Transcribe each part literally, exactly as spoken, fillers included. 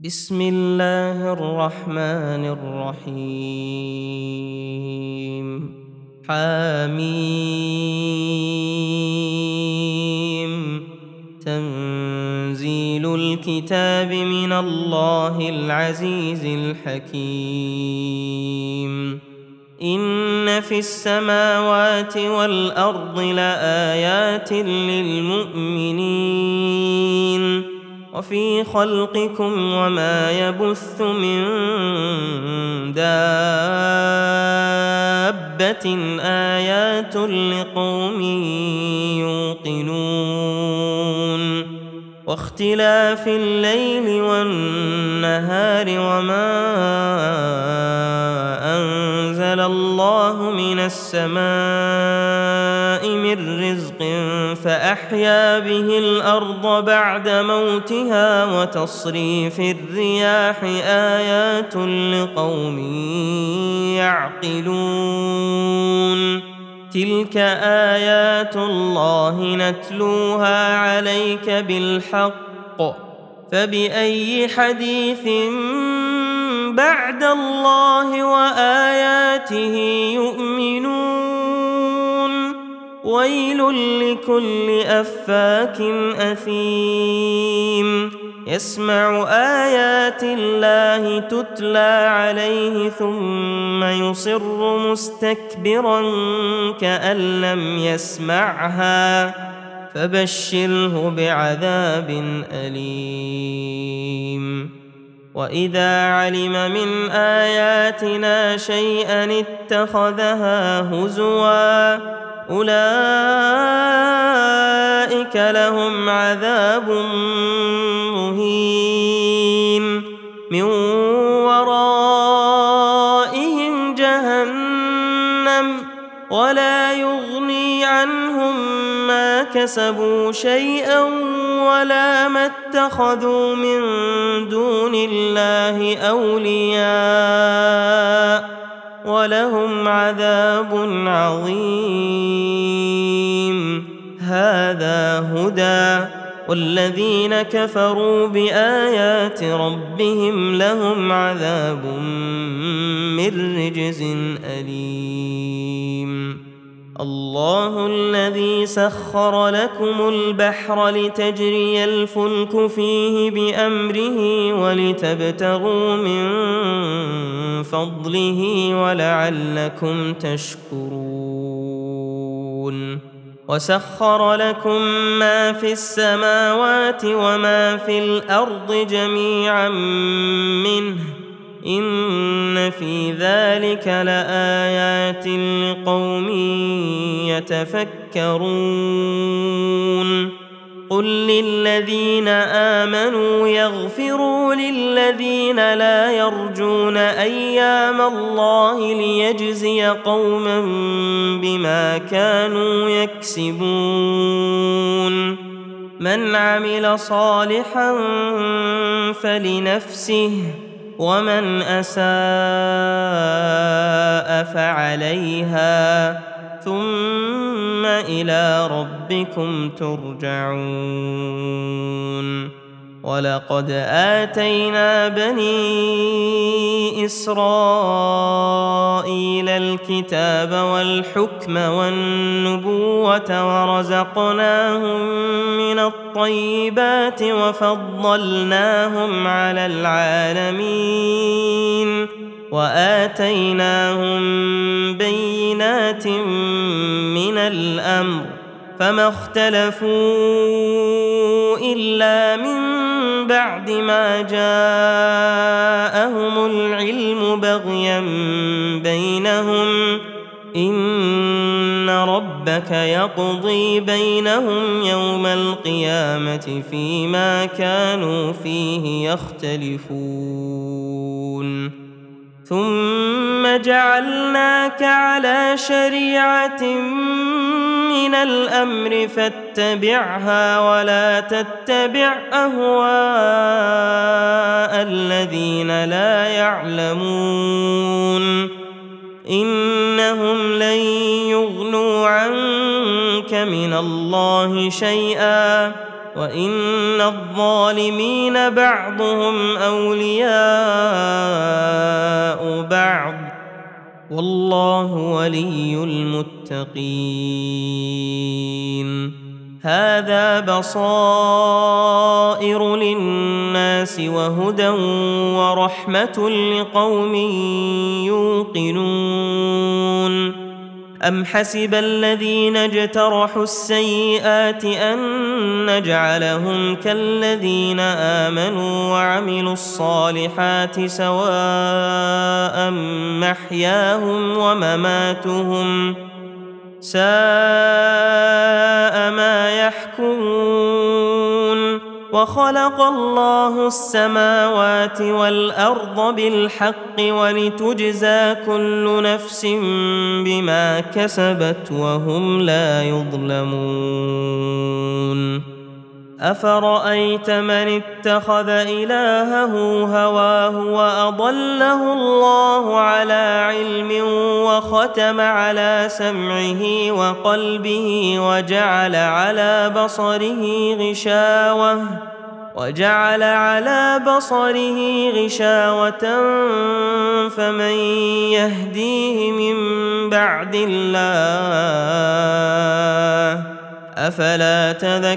بسم الله الرحمن الرحيم. حميم. تنزيل الكتاب من الله العزيز الحكيم. إن في السماوات والأرض لآيات للمؤمنين وفي خلقكم وما يبث من دابة آيات لقوم يوقنون واختلاف الليل والنهار وما أنزل الله من السماء من رزق فأحيا به الأرض بعد موتها وتصريف الرياح آيات لقوم يعقلون. تلك آيات الله نتلوها عليك بالحق فبأي حديث بعد الله وآياته يؤمنون. ويل لكل أفاك أثيم يسمع آيات الله تتلى عليه ثم يصر مستكبرا كأن لم يسمعها فبشره بعذاب أليم. وإذا علم من آياتنا شيئا اتخذها هزوا أولئك لهم عذاب مهين من ورائهم جهنم ولا يغني عنهم ما كسبوا شيئا ولا ما اتخذوا من دون الله أولياء ولهم عذاب عظيم. هذا هدى والذين كفروا بآيات ربهم لهم عذاب من رجز أليم. الله الذي سخر لكم البحر لتجري الفلك فيه بأمره ولتبتغوا من فضله ولعلكم تشكرون. وسخر لكم ما في السماوات وما في الأرض جميعا منه إن في ذلك لآيات لقوم يتفكرون. قل للذين آمنوا يغفروا للذين لا يرجون أيام الله ليجزي قوما بما كانوا يكسبون. من عمل صالحا فلنفسه ومن أساء فعليها ثم إلى ربكم ترجعون. ولقد آتينا بني إسرائيل الكتاب والحكم والنبوة ورزقناهم من الطيبات وفضلناهم على العالمين وآتيناهم بينات من الأمر فما اختلفوا إلا من بعد ما جاءهم العلم بغيا بينهم إن ربك يقضي بينهم يوم القيامة فيما كانوا فيه يختلفون. ثم جعلناك على شريعة من الأمر فاتبعها ولا تتبع أهواء الذين لا يعلمون إنهم لن يغنوا عنك من الله شيئا وإن الظالمين بعضهم أولياء بعض والله ولي المتقين. هذا بصائر للناس وهدى ورحمة لقوم يوقنون. أم حسب الذين اجترحوا السيئات أن نجعلهم كالذين آمنوا وعملوا الصالحات سواء محياهم ومماتهم ساء ما يحكمون. وخلق الله السماوات والأرض بالحق ولتجزى كل نفس بما كسبت وهم لا يظلمون. أفرأيت من اتخذ إلهه هواه وأضله الله على علم وختم على سمعه وقلبه وجعل على بصره غشاوة وجعل على بصره غشاوة فمن يهديه من بعد الله أفلا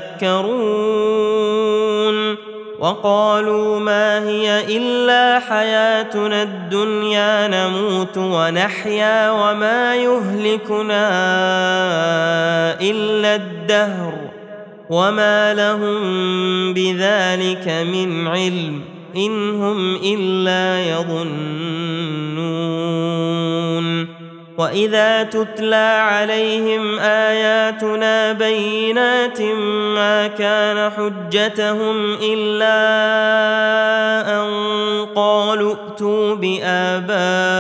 تذكرون. وقالوا ما هي إلا حياتنا الدنيا نموت ونحيا وما يهلكنا إلا الدهر وما لهم بذلك من علم إن هم إلا يظنون. وإذا تتلى عليهم آياتنا بينات ما كان حجتهم إلا أن قالوا ائتوا بآبائنا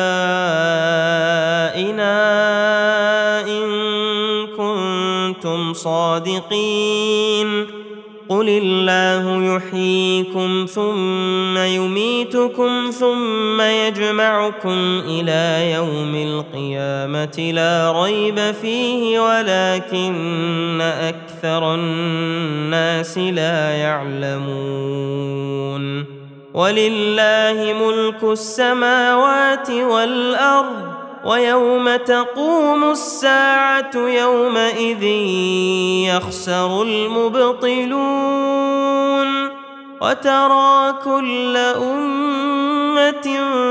إن كنتم صادقين. قل الله يحييكم ثم يميتكم ثم يجمعكم إلى يوم القيامة لا ريب فيه ولكن أكثر الناس لا يعلمون. ولله ملك السماوات والأرض ويوم تقوم الساعة يومئذ يخسر المبطلون. وترى كل أمة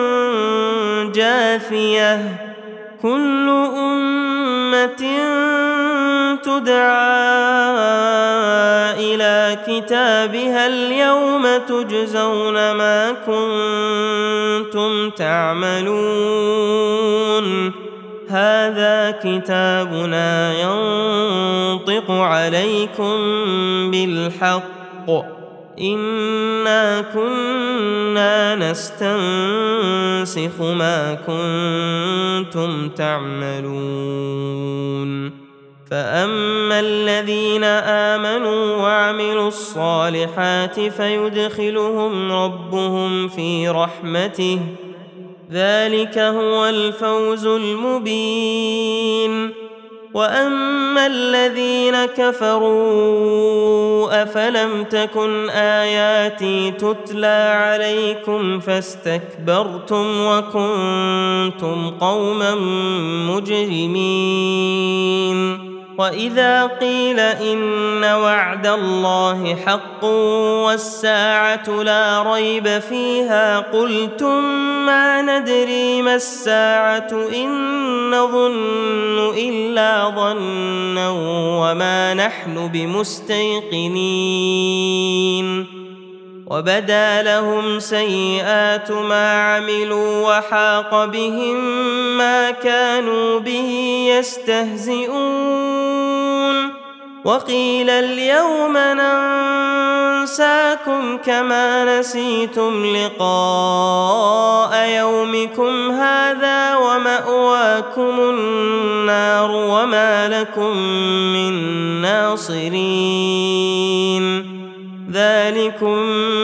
جاثية كل أمة تدعى إلى كتابها اليوم تجزون ما كنتم تعملون. هذا كتابنا ينطق عليكم بالحق إنا كنا نستنسخ ما كنتم تعملون. فأما الذين آمنوا وعملوا الصالحات فيدخلهم ربهم في رحمته ذلك هو الفوز المبين. وأما الذين كفروا أفلم تكن آياتي تتلى عليكم فاستكبرتم وكنتم قوما مجرمين. وإذا قيل إن وعد الله حق والساعة لا ريب فيها قلتم ما ندري ما الساعة إن نظن إلا ظنا وما نحن بمستيقنين. وبدا لهم سيئات ما عملوا وحاق بهم ما كانوا به يستهزئون. وقيل اليوم ننساكم كما نسيتم لقاء يومكم هذا ومأواكم النار وما لكم من ناصرين. ذلكم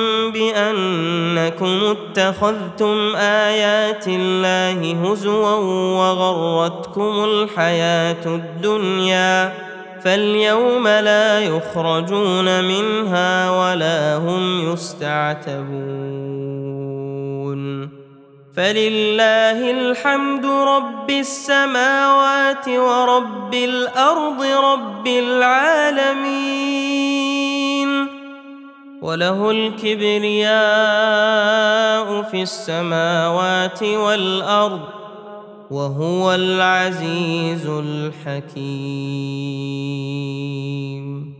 بأنكم اتخذتم آيات الله هزوا وغرتكم الحياة الدنيا فاليوم لا يخرجون منها ولا هم يستعتبون فلله الحمد رب السماوات ورب الأرض رب العالمين وله الكبرياء في السماوات والأرض وهو العزيز الحكيم.